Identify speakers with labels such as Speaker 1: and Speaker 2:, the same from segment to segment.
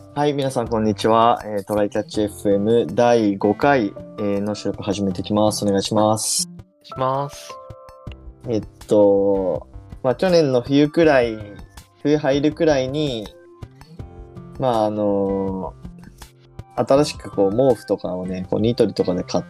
Speaker 1: はい、皆さんこんにちは。トライキャッチ FM 第5回、の収録始めていきます。お願いします。
Speaker 2: します。
Speaker 1: えっと、去年の冬入るくらいに、まあ新しくこう毛布とかをね、こうニトリとかで買って、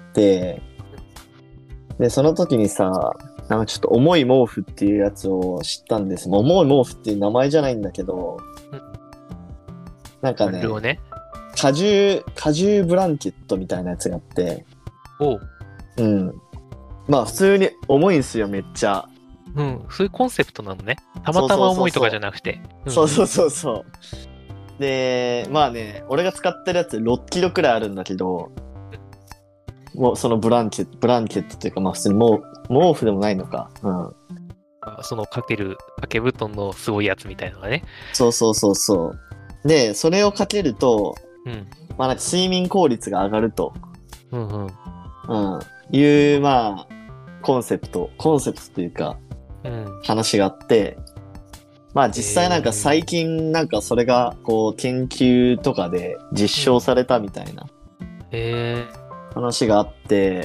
Speaker 1: で、その時にさ、なんかちょっと重い毛布っていうやつを知ったんです。重い毛布っていう名前じゃないんだけど、なんかね、
Speaker 2: ね。
Speaker 1: 荷重ブランケットみたいなやつがあって、
Speaker 2: おう。
Speaker 1: うん。まあ普通に重いんすよ、めっちゃ。
Speaker 2: うん。そういうコンセプトなのね。たまたま重いとかじゃなくて。
Speaker 1: そうそうそうそう。で、まあね、俺が使ってるやつ6キロくらいあるんだけど、もうそのブランケットっていうか、まあ普通に毛布でもないのか。うん。
Speaker 2: その掛け布団のすごいやつみたいなのがね。
Speaker 1: そうそうそうそう。で、それをかけると、
Speaker 2: うん。
Speaker 1: まあなんか睡眠効率が上がると。
Speaker 2: うんうん。
Speaker 1: うん。いう、まあ、コンセプトっていうか、
Speaker 2: うん。
Speaker 1: 話があって、まあ実際なんか最近なんかそれがこう研究とかで実証されたみたいな話があって、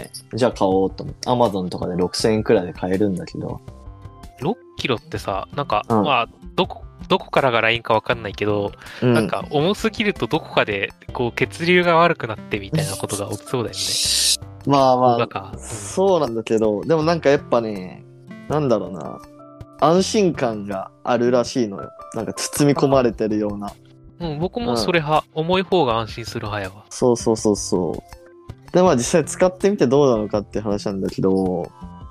Speaker 1: じゃあ買おうと思って、Amazon とかで6000円くらいで買えるんだけど。
Speaker 2: 6キロってさ、なんか、
Speaker 1: うん
Speaker 2: まあ、どこからがラインかわかんないけど、
Speaker 1: うん、
Speaker 2: なんか重すぎるとどこかでこう血流が悪くなってみたいなことが起きそうだよね。
Speaker 1: まあまあ、
Speaker 2: 動画か。
Speaker 1: そうなんだけど、でもなんかやっぱね、なんだろうな、安心感があるらしいのよ。なんか包み込まれてるような。
Speaker 2: うん、僕もそれ派、重い方が安心する派やわ。
Speaker 1: そうそうそうそう。で、まあ実際使ってみてどうなのかっていう話なんだけど、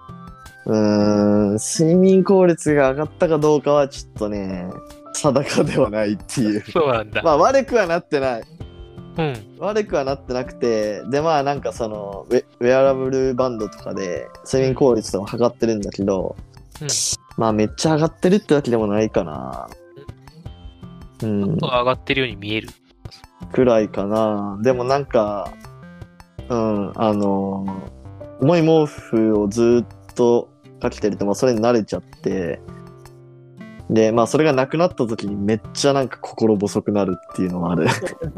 Speaker 1: 睡眠効率が上がったかどうかはちょっとね、定かではないっていう。
Speaker 2: そうなんだ。
Speaker 1: まあ悪くはなってない。
Speaker 2: うん。
Speaker 1: 悪くはなってなくて、でまあなんかそのウェアラブルバンドとかで睡眠効率とか測ってるんだけど、
Speaker 2: うん。
Speaker 1: まあめっちゃ上がってるってわけでもないかな。うん。
Speaker 2: ちょっと上がってるように見える。
Speaker 1: くらいかな。でもなんか、うん、重い毛布をずっとかけてると、まあそれに慣れちゃって、で、まあそれがなくなった時にめっちゃなんか心細くなるっていうのはある。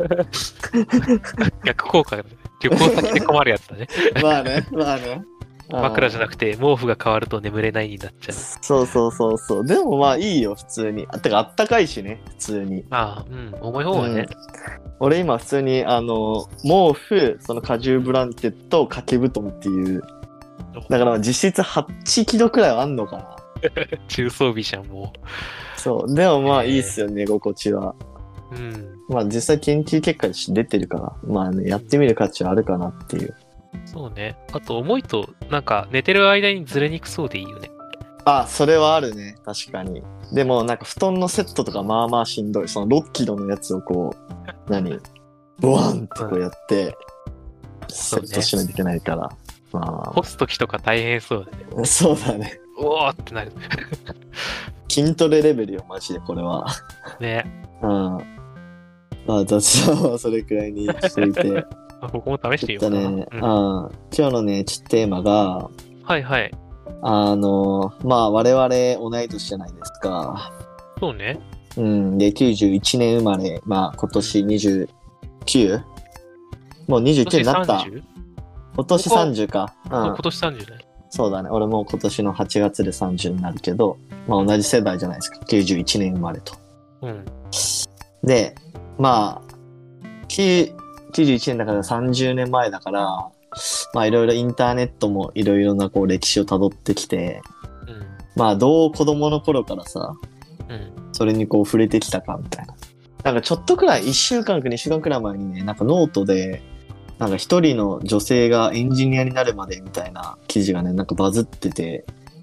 Speaker 2: 逆効果、旅行先で困るやつだね。
Speaker 1: まあね、まあね。
Speaker 2: 枕じゃなくて毛布が変わると眠れないになっちゃう。
Speaker 1: そうそうそうそう。でもまあいいよ、普通に。てかあったかいしね、普通に。
Speaker 2: ああ、うん、重い方がね。
Speaker 1: 俺今普通に毛布、その荷重ブランケット、掛け布団っていう。だから実質8キロくらいはあんのかな。
Speaker 2: 中装備じゃん、も
Speaker 1: そう。でもまあいいっすよ、寝心地は。
Speaker 2: う。うん。
Speaker 1: まあ実際研究結果出てるから、まあね、やってみる価値はあるかなっていう。
Speaker 2: そうね。あと重いと、なんか寝てる間にずれにくそうでいいよね。
Speaker 1: あ、それはあるね。確かに。でもなんか布団のセットとかまあまあしんどい。その6キロのやつをこう、ボワンってこうやって、セットしないといけないから。ま
Speaker 2: 干すときとか大変そうだね。
Speaker 1: あ、そうだね。
Speaker 2: おーってなる。
Speaker 1: 筋トレレベルよ、マジでこれは。
Speaker 2: ね。
Speaker 1: うん。まあ雑談はそれくらいにしていて。
Speaker 2: 僕も試してみようかな。
Speaker 1: ね、今日のね、テーマが、
Speaker 2: はいはい。
Speaker 1: まあ我々同い年じゃないですか。
Speaker 2: そうね。
Speaker 1: うん。で、91年生まれ、まあ今年 29？ もう29になった。今年30か。
Speaker 2: 今年30だね。
Speaker 1: そうだね。俺も今年の8月で30になるけど、まあ同じ世代じゃないですか。91年生まれと。
Speaker 2: うん。
Speaker 1: で、まあ、91年だから30年前だから、まあいろいろインターネットもいろいろなこう歴史を辿ってきて、まあどう子供の頃からさ、それにこう触れてきたかみたいな。なんかちょっとくらい、1週間か2週間くらい前にね、なんかノートで、なんか一人の女性がエンジニアになるまでみたいな記事がね、なんかバズってて、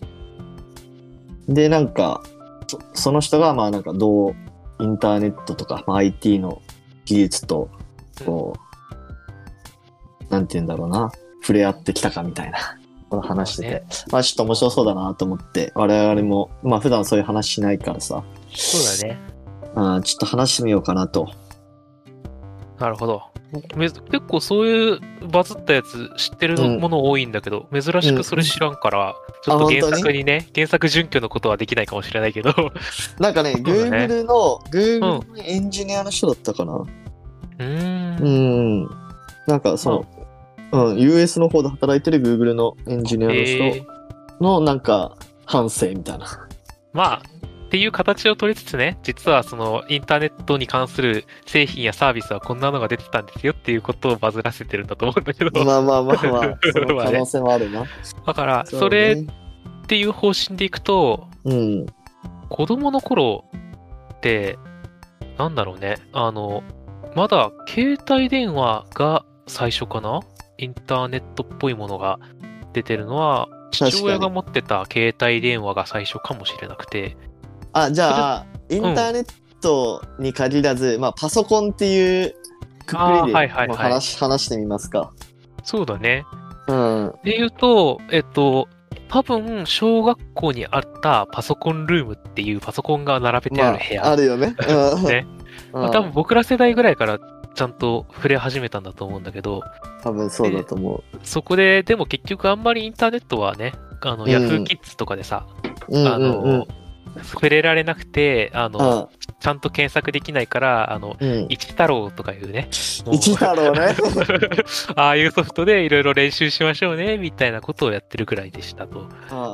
Speaker 1: で、なんか、その人がまあなんかどうインターネットとか、まあ、IT の技術と、こう、なんて言うんだろうな、触れ合ってきたかみたいな、この話してて、まあちょっと面白そうだなと思って、我々も、まあ普段そういう話しないからさ、
Speaker 2: そうだね。
Speaker 1: ちょっと話してみようかなと。
Speaker 2: なるほど。結構そういうバズったやつ知ってるもの多いんだけど、珍しくそれ知らんから、ちょっと原作にね、原作準拠のことはできないかもしれないけど。
Speaker 1: なんかね、Google のエンジニアの人だったかな。 なんかUS の方で働いてる Google のエンジニアの人のなんか反省みたいな。
Speaker 2: まあ、っていう形を取りつつね、実はそのインターネットに関する製品やサービスはこんなのが出てたんですよっていうことをバズらせてるんだと思うんだけど。
Speaker 1: まあ、その可能性もあるな。
Speaker 2: だから、それっていう方針でいくと、子供の頃って、なんだろうね、まだ携帯電話が最初かな？インターネットっぽいものが出てるのは、父親が持ってた携帯電話が最初かもしれなくて。
Speaker 1: じゃあ、インターネットに限らず、まあ、パソコンっていうくくりで話してみますか。
Speaker 2: そうだね。で言うと、多分、小学校にあったパソコンルームっていうパソコンが並べてある部屋。
Speaker 1: あるよね。
Speaker 2: ね。多分僕ら世代ぐらいからちゃんと触れ始めたんだと思うんだけど。
Speaker 1: 多分そうだと思う。
Speaker 2: そこで、でも結局あんまりインターネットはね、ヤフーキッズとかでさ、触れられなくて、ちゃんと検索できないから、一太郎とかいうね。
Speaker 1: 一太郎ね。
Speaker 2: ああいうソフトでいろいろ練習しましょうね、みたいなことをやってるくらいでしたと。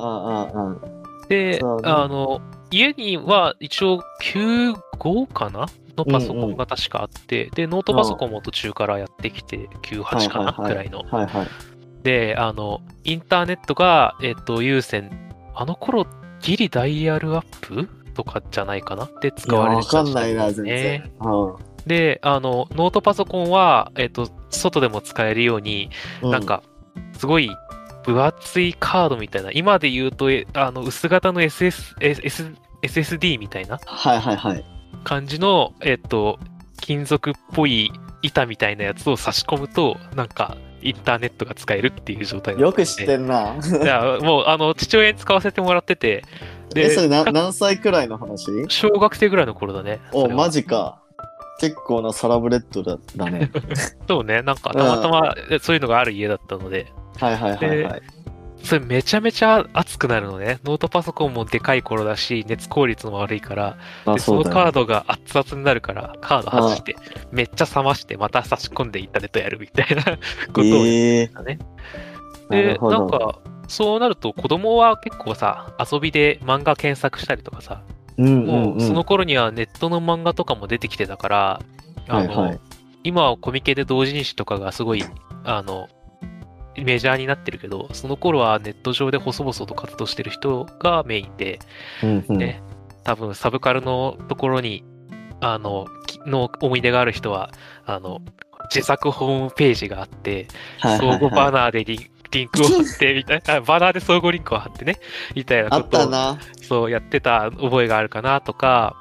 Speaker 2: で、家には一応95かなのパソコンが確かあって、で、ノートパソコンも途中からやってきて、98かなくらいの。で、インターネットが、有線、あの頃、ギリダイヤルアップとかじゃないかなで使われてたんですね。
Speaker 1: わかんないな、全然。
Speaker 2: で、ノートパソコンは、外でも使えるように、なんか、すごい分厚いカードみたいな、今で言うと、薄型の SSD みたいな感じの、金属っぽい板みたいなやつを差し込むと、なんか、インターネットが使えるっていう状態
Speaker 1: よく知ってんな。
Speaker 2: いや、もう、父親に使わせてもらってて。
Speaker 1: で、それ何歳くらいの話？
Speaker 2: 小学生ぐらいの頃だね。
Speaker 1: マジか。結構なサラブレッドだね。
Speaker 2: そうね、なんか、たまたまそういうのがある家だったので。それめちゃめちゃ熱くなるのね。ノートパソコンもでかい頃だし、熱効率も悪いから、そのカードが熱々になるから、カード外して、めっちゃ冷まして、また差し込んでインターネットやるみたいなことをやってたね。で、なんか、そうなると子供は結構さ、遊びで漫画検索したりとかさ、もうその頃にはネットの漫画とかも出てきてたから、今はコミケで同人誌とかがすごい、メジャーになってるけど、その頃はネット上で細々と活動してる人がメインで、ね、多分サブカルのところに、の思い出がある人は、自作ホームページがあって、相互バナーでリンクを貼って、みたいな、バナーで相互リンクを貼ってね、みたいなことを、そうやってた覚えがあるかなとか、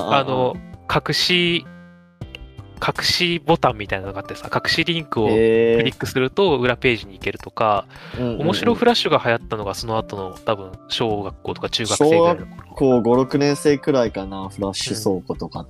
Speaker 2: 隠しボタンみたいなのがあってさ、隠しリンクをクリックすると裏ページに行けるとか、面白フラッシュが流行ったのがその後の多分小学校とか中学生ぐらいの頃。
Speaker 1: 小学校5、6年生くらいかな、フラッシュ倉庫とかって。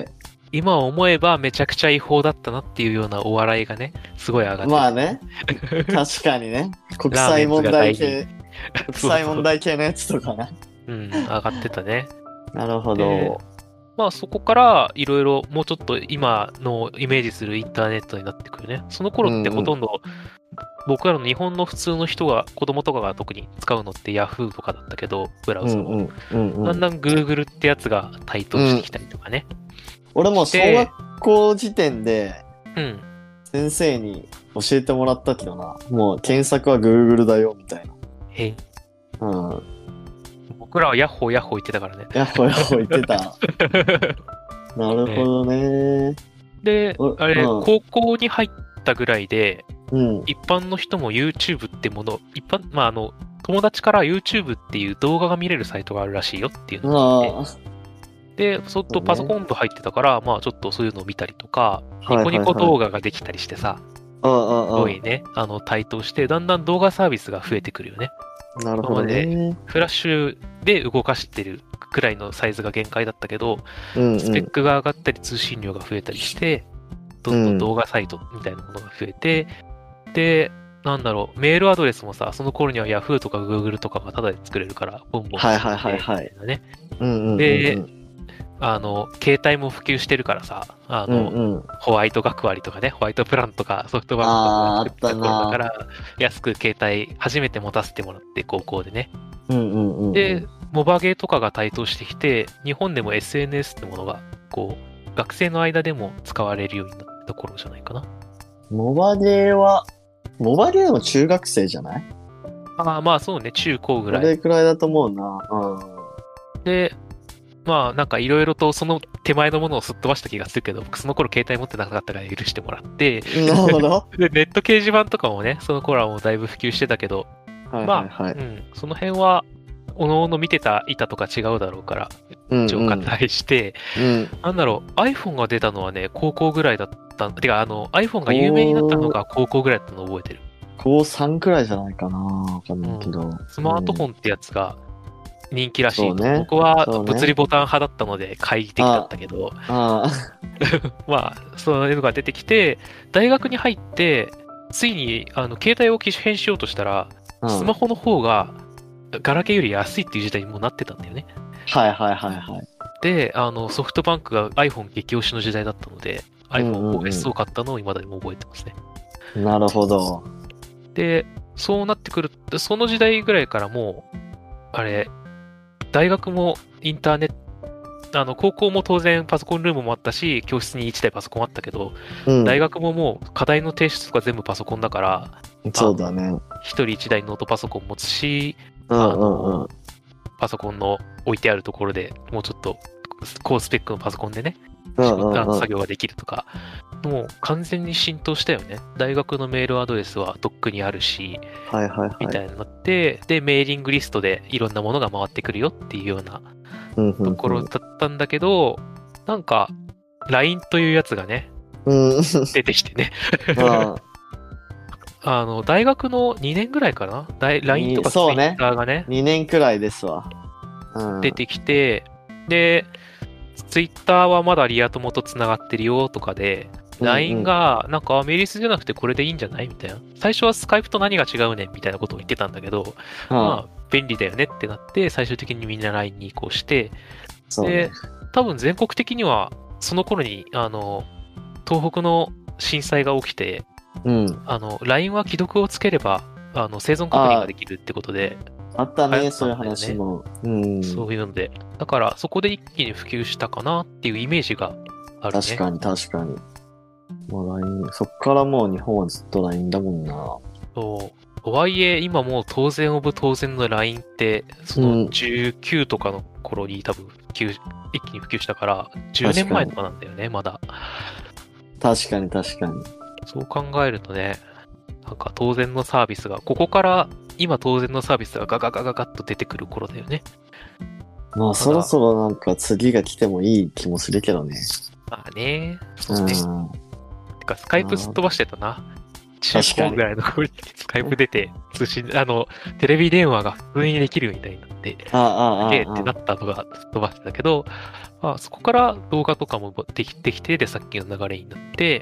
Speaker 2: 今思えばめちゃくちゃ違法だったなっていうようなお笑いがね、すごい上がってる。
Speaker 1: まあね。確かにね。国際問題系のやつとかね。
Speaker 2: 上がってたね。
Speaker 1: なるほど。
Speaker 2: まあそこからいろいろもうちょっと今のイメージするインターネットになってくるね。その頃ってほとんど僕らの日本の普通の人が、子供とかが特に使うのって Yahoo とかだったけど、ブラウザも。だんだん Google ってやつが台頭してきたりとかね。
Speaker 1: 俺も小学校時点で先生に教えてもらったけどな。もう検索は Google だよみたいな。
Speaker 2: 僕らはヤッホーヤッホー言ってたからね。
Speaker 1: ヤッホーヤッホー言ってた。なるほどね。
Speaker 2: で、あれ、高校に入ったぐらいで、一般の人も YouTube ってもの、友達から YouTube っていう動画が見れるサイトがあるらしいよっていうのがあって、で、そっとパソコンと入ってたから、まあちょっとそういうのを見たりとか、ニコニコ動画ができたりしてさ、すごいね、台頭して、だんだん動画サービスが増えてくるよね。
Speaker 1: なるほどね。
Speaker 2: フラッシュで動かしてるくらいのサイズが限界だったけど、スペックが上がったり通信量が増えたりして、どんどん動画サイトみたいなものが増えて、で、なんだろう、メールアドレスもさ、その頃には Yahoo とか Google とかがタダで作れるから、ボンボン作ってみたいなね。で、 携帯も普及してるからさ、ホワイト学割とかね、ホワイトプランとかソフトバンクとかも作った頃だから、安く携帯初めて持たせてもらって、高校でね。で、モバゲーとかが台頭してきて、日本でも SNS ってものが、こう、学生の間でも使われるようになった頃じゃないかな。
Speaker 1: モバゲーでも中学生じゃない？
Speaker 2: まあそうね、中高ぐらい。
Speaker 1: それくらいだと思うな。
Speaker 2: で、まあなんかいろいろとその手前のものをすっ飛ばした気がするけど、僕その頃携帯持ってなかったから許してもらって、
Speaker 1: なるほど。
Speaker 2: で、ネット掲示板とかもね、その頃はもうだいぶ普及してたけど、その辺は、おのおの見てた板とか違うだろうから、一応割愛して、なんだろう、iPhone が出たのはね、高校ぐらいだった、てかiPhone が有名になったのが高校ぐらいだったのを覚えてる。
Speaker 1: 高3くらいじゃないかな、わかんないけど。
Speaker 2: スマートフォンってやつが人気らしいと。僕は物理ボタン派だったので懐疑的だったけど、まあ、そういうのが出てきて、大学に入って、ついに携帯を機種変しようとしたら、スマホの方がガラケーより安いっていう時代にもうなってたんだよね。で、ソフトバンクが iPhone 激推しの時代だったので、iPhone4S を買ったのを今でも覚えてますね。
Speaker 1: なるほど。
Speaker 2: で、そうなってくると、その時代ぐらいからもう、大学もインターネット、高校も当然パソコンルームもあったし、教室に1台パソコンあったけど、大学ももう課題の提出とか全部パソコンだから、
Speaker 1: そうだね。
Speaker 2: 1人1台ノートパソコン持つし、パソコンの置いてあるところでもうちょっと高スペックのパソコンでね、作業ができるとか、もう完全に浸透したよね。大学のメールアドレスはとっくにあるし、みたいになって、で、メーリングリストでいろんなものが回ってくるよっていうようなところだったんだけど、なんか、LINE というやつがね、出てきてね。大学の2年ぐらいかな ?LINE とか Twitter がね。
Speaker 1: 2年くらいですわ。
Speaker 2: 出てきて、で、Twitter はまだリア友と繋がってるよとかで、LINE がなんかメリスじゃなくてこれでいいんじゃないみたいな。最初はスカイプと何が違うねんみたいなことを言ってたんだけど、まあ便利だよねってなって、最終的にみんな LINE に移行して、で、多分全国的にはその頃に東北の震災が起きて、LINE は既読をつければ生存確認ができるってことで、
Speaker 1: あったね、そういう話も。
Speaker 2: そういうので。だから、そこで一気に普及したかなっていうイメージがあるね。
Speaker 1: 確かに。もう LINE、そっからもう日本はずっと LINE だもんな。
Speaker 2: そう。とはいえ、今もう当然オブ当然の LINE って、その19とかの頃に多分一気に普及したから、10年前とかなんだよね、まだ。
Speaker 1: 確かに。
Speaker 2: そう考えるとね、なんか当然のサービスが、ここから今当然のサービスがガガッと出てくる頃だよね。
Speaker 1: まあそろそろなんか次が来てもいい気もするけどね。
Speaker 2: まあね。そうね。てかスカイプすっ飛ばしてたな。中高ぐらいの頃にスカイプ出て、通信、テレビ電話が普通にできるみたいになって、ってなったのがすっ飛ばしてたけど、そこから動画とかもできてきて、でさっきの流れになって、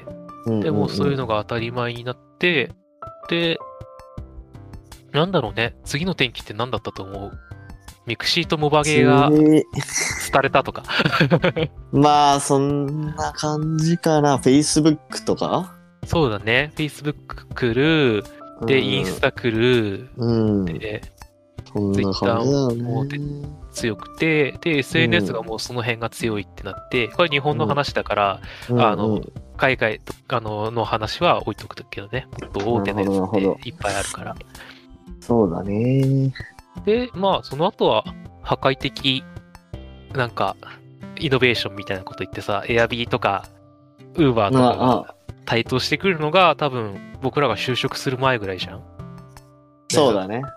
Speaker 2: でもそういうのが当たり前になって、で、なんだろうね。次の転機って何だったと思う？ミクシーとモバゲーが廃れたとか。
Speaker 1: まあ、そんな感じかな。Facebook とか？
Speaker 2: そうだね。Facebook 来る。で、インスタ来る。で、Twitter も強くて、で、SNS がもうその辺が強いってなって、これ日本の話だから、海外の話は置いとくけどね。もっと大手のやつっていっぱいあるから。
Speaker 1: そうだね。
Speaker 2: で、まあ、その後は破壊的、なんか、イノベーションみたいなこと言ってさ、Airb とか、Uber とかが台頭してくるのが、多分、僕らが就職する前ぐらいじゃん。
Speaker 1: そうだね。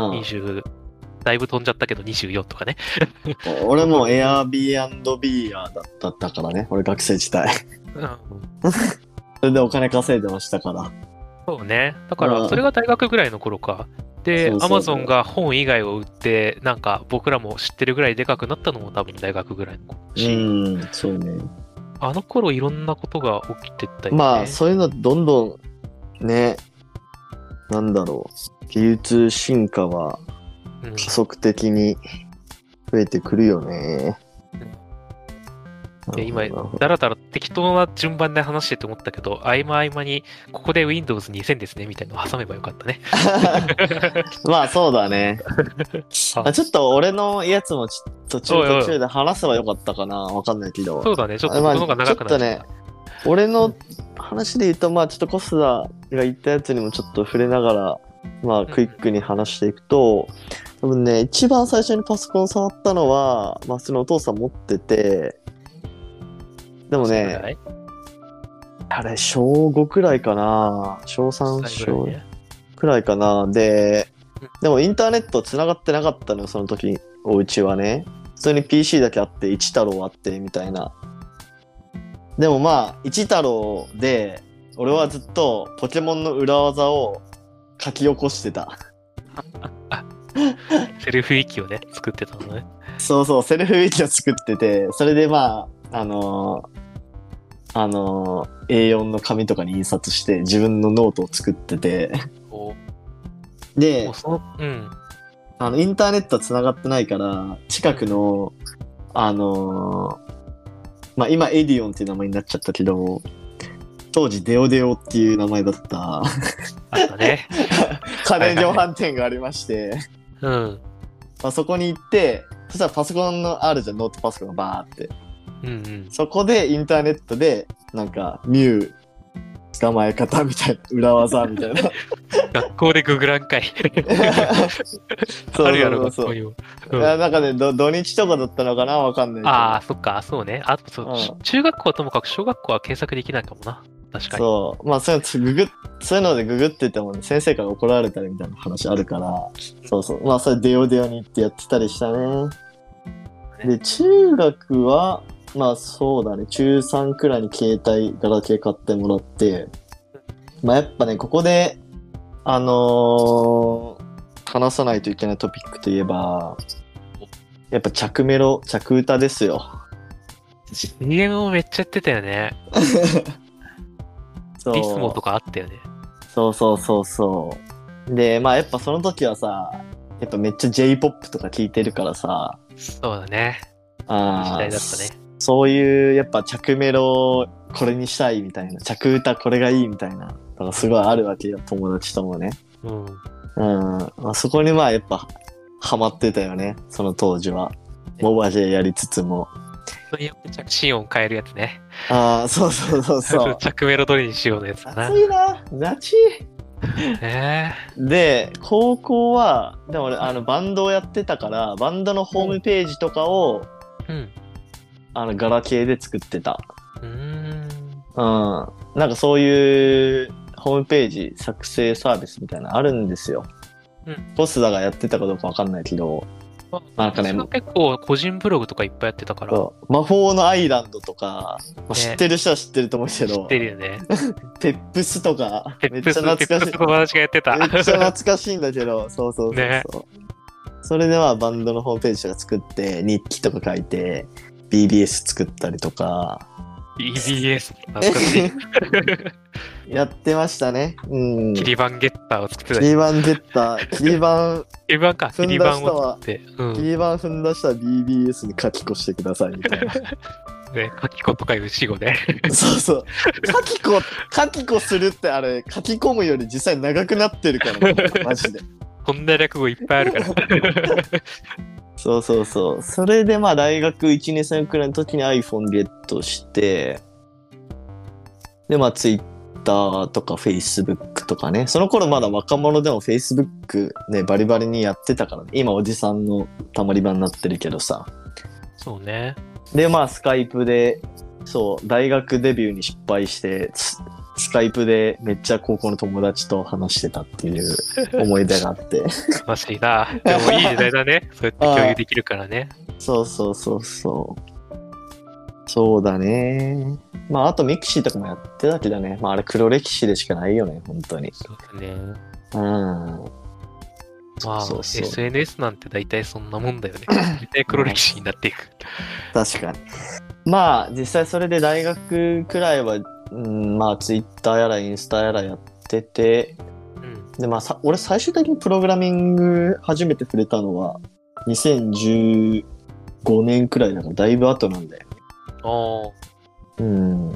Speaker 2: 20、だいぶ飛んじゃったけど24とかね。
Speaker 1: 俺も Airbnb だったからね。俺学生時代。それでお金稼いでましたから。
Speaker 2: そうね。だから、それが大学ぐらいの頃か。で、Amazon が本以外を売って、なんか僕らも知ってるぐらいでかくなったのも多分大学ぐらいの頃し。
Speaker 1: そうね。
Speaker 2: あの頃いろんなことが起きてたよね。
Speaker 1: まあ、そういうのどんどん、ね、なんだろう。技術進化は加速的に増えてくるよね。
Speaker 2: で、今、だらだら適当な順番で話してて思ったけど、合間合間に、ここで Windows 2000ですね、みたいなのを挟めばよかったね。
Speaker 1: まあそうだね。ちょっと俺のやつも途中で話せばよかったかな。わかんないけど。
Speaker 2: そうだね、ちょっとこのが長くなっちゃった。
Speaker 1: ね、俺の話で言うと、まあちょっとコスダが言ったやつにもちょっと触れながら、まあクイックに話していくと、多分ね、一番最初にパソコン触ったのは、まあそのお父さん持ってて、でもね、あれ、小5くらいかな。小3、小4くらいかな。でもインターネット繋がってなかったのよ、その時、お家はね。普通に PC だけあって、一太郎あって、みたいな。でもまあ、一太郎で、俺はずっとポケモンの裏技を書き起こしてた。
Speaker 2: セルフウィキをね、作ってたのね。
Speaker 1: そうそう、セルフウィキを作ってて、それでまあ、A4 の紙とかに印刷して自分のノートを作っててで、インターネットは繋がってないから近くのまあ今エディオンっていう名前になっちゃったけど、当時デオデオっていう名前だった
Speaker 2: あったね
Speaker 1: 家電量販店がありまして、まあ、そこに行って、そしたらパソコンのあるじゃん、ノートパソコンがバーって。そこでインターネットでなんかミュウ捕まえ方みたいな裏技みたいな
Speaker 2: 学校でググらんかい
Speaker 1: そうあるやろ学校にも、なんかね土日とかだったのかな、わかんないけど。
Speaker 2: ああそっか、そうね。あとそう、中学校はともかく小学校は検索できないかもな。確かに。
Speaker 1: そうまあそういうのでググってても、ね、先生から怒られたりみたいな話あるから、そうそう、まあそれデオデオに行ってやってたりしたね。で中学はまあそうだね、中3くらいにガラケー買ってもらって、まあやっぱね、ここで、話さないといけないトピックといえば、やっぱ着歌ですよ。
Speaker 2: CM もめっちゃやってたよね。
Speaker 1: そう。
Speaker 2: リスモとかあったよね。
Speaker 1: そう。で、まあやっぱその時はさ、やっぱめっちゃ J-POP とか聴いてるからさ。
Speaker 2: そうだね。時代だったね。
Speaker 1: そういうやっぱ着メロこれにしたいみたいな、着歌これがいいみたいなのがすごいあるわけよ、友達ともね。まあ、そこにまあやっぱハマってたよね、その当時は。モバジェやりつつも。
Speaker 2: それやって着信音変えるやつね。
Speaker 1: ああ、そう。
Speaker 2: 着メロどれにしようのやつかな。
Speaker 1: 熱いな、ナチで、高校は、でも俺バンドをやってたから、バンドのホームページとかを、ガラケーで作ってた。なんかそういうホームページ作成サービスみたいなのあるんですよ。ボスダがやってたかどうかわかんないけど、
Speaker 2: なんかね、結構個人ブログとかいっぱいやってたから。
Speaker 1: 魔法のアイランドとか、知ってる人は知ってると思うけど。
Speaker 2: 知ってるよね。
Speaker 1: ペップスとか、
Speaker 2: めっちゃ懐かしい。友達がやってた。
Speaker 1: めっちゃ懐かしいんだけど、そう。ね、それではバンドのホームページとか作って、日記とか書いて、BBS 作ったりとか。
Speaker 2: BBS 懐かし
Speaker 1: い。やってましたね。
Speaker 2: キリバンゲッターを作ってた。
Speaker 1: キリバンゲッター。キリバン
Speaker 2: キリバンを作って。
Speaker 1: キリバン踏んだ人は BBS に書き越してくださいみたいな。
Speaker 2: ね、書き子とかいう死語ね。
Speaker 1: そう。書き子するってあれ、書き込むより実際長くなってるから、マジで。
Speaker 2: こんな略語いっぱいあるから。
Speaker 1: そう。それでまあ大学1、2歳くらいの時に iPhone ゲットして、でまあ Twitter とか Facebook とかね、その頃まだ若者でも Facebook ね、バリバリにやってたからね。今おじさんのたまり場になってるけどさ。
Speaker 2: そうね。
Speaker 1: でまあスカイプで、そう大学デビューに失敗してスカイプでめっちゃ高校の友達と話してたっていう思い出があって
Speaker 2: 悲しいな。でもいい時代だね。そうやって共有できるからね。
Speaker 1: そうだね。まああとミクシーとかもやってたけどね。まああれ黒歴史でしかないよね、本当に。
Speaker 2: そうだね。
Speaker 1: ま
Speaker 2: あ、SNS なんて大体そんなもんだよね。大体黒歴史になっていく。
Speaker 1: 確かに。まあ実際それで大学くらいはまあツイッターやらインスタやらやってて、でまあ俺最終的にプログラミング初めて触れたのは2015年くらいだからだいぶ後なんだよ。 うん。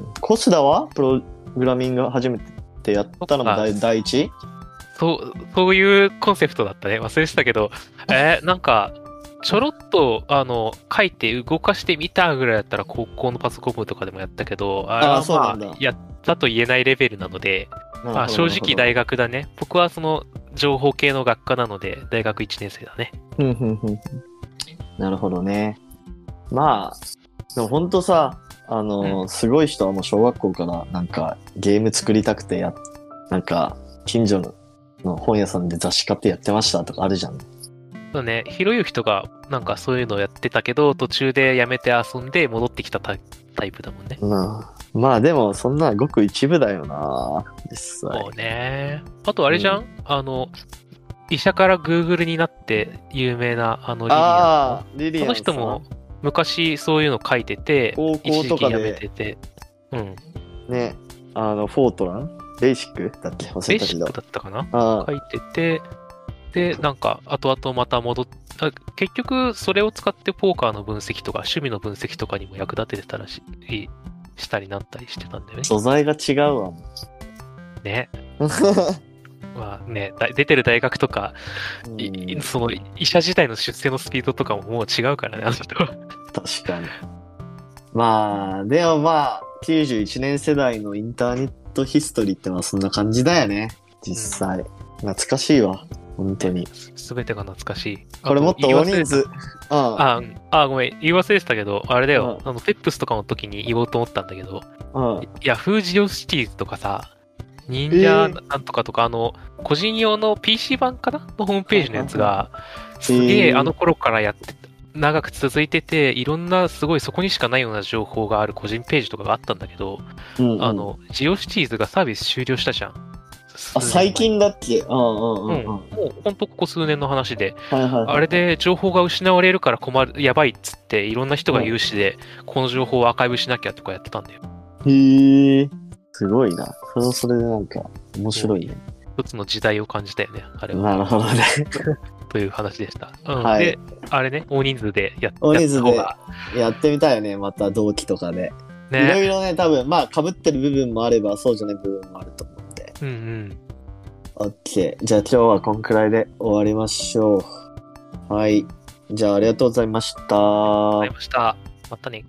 Speaker 1: コスダはプログラミング初めてやったのも第一？
Speaker 2: そういうコンセプトだったね。忘れてたけど、なんか、ちょろっと、書いて動かしてみたぐらいだったら、高校のパソコン部とかでもやったけど、あれはまあ、やったと言えないレベルなので、まあ、正直大学だね。僕はその、情報系の学科なので、大学1年生だね。
Speaker 1: なるほどね。まあ、でも本当さ、すごい人はもう小学校からなんかゲーム作りたくてなんか近所の本屋さんで雑誌買ってやってましたとかあるじゃん。
Speaker 2: そうね、ひろゆきとかなんかそういうのをやってたけど、途中でやめて遊んで戻ってきたタイプだもんね。
Speaker 1: まあでもそんなごく一部だよな、実際。
Speaker 2: そうね。あとあれじゃん、医者からグーグルになって有名なリリアン。その人も昔そういうの書いてて、
Speaker 1: 高校とかで
Speaker 2: 一時期やめてて。うん。
Speaker 1: ね、フォートランベーシックだっけ忘れたけど。ベーシック
Speaker 2: だったかな書いてて、で、なんか、後々また結局、それを使ってポーカーの分析とか、趣味の分析とかにも役立ててたらしたりなったりしてたんだよね。
Speaker 1: 素材が違うわ。
Speaker 2: ね。まあね、出てる大学とか、その医者自体の出世のスピードとかももう違うからね、あの人は。
Speaker 1: 確かに。まあ、でもまあ、91年世代のインターネットヒストリーってのはそんな感じだよね、実際。懐かしいわ。本当に。
Speaker 2: すべてが懐かしい。
Speaker 1: これもっと大人数。
Speaker 2: ごめん。言い忘れてたけど、あれだよ。テップスとかの時に言おうと思ったんだけど、ヤフージオシティーズとかさ、忍者なんとかとか、個人用の PC 版かなのホームページのやつが、すげえあの頃から長く続いてて、いろんなすごいそこにしかないような情報がある個人ページとかがあったんだけど、ジオシティーズがサービス終了したじゃん。
Speaker 1: 最近だっけ？
Speaker 2: もうほんとここ数年の話で、あれで情報が失われるからやばいっつって、いろんな人が有志で、この情報をアーカイブしなきゃとかやってたんだよ。
Speaker 1: へえ、すごいな。それでなんか、面白いね。
Speaker 2: 一つの時代を感じたよね、あれは。
Speaker 1: なるほどね。
Speaker 2: という話でした。で、あれね、大人数でやった
Speaker 1: 方が。やってみたいよね、また同期とかで。いろいろね、多分、まあ、被ってる部分もあれば、そうじゃない部分もあると思うんで。OK。じゃあ今日はこんくらいで終わりましょう。はい。じゃあありがとうございました。
Speaker 2: ありがとうございました。またね。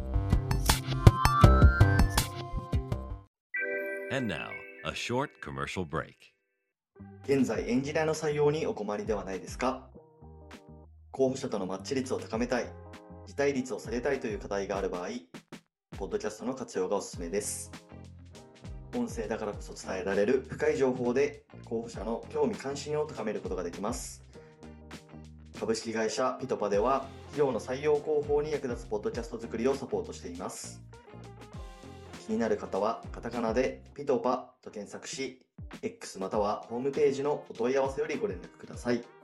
Speaker 3: And now, a short commercial break.
Speaker 1: 現在エンジニアの採用にお困りではないですか？候補者とのマッチ率を高めたい、辞退率を下げたいという課題がある場合、ポッドキャストの活用がおすすめです。音声だからこそ伝えられる深い情報で候補者の興味関心を高めることができます。株式会社ピトパでは企業の採用広報に役立つポッドキャスト作りをサポートしています。気になる方はカタカナでピトパと検索し、X またはホームページのお問い合わせよりご連絡ください。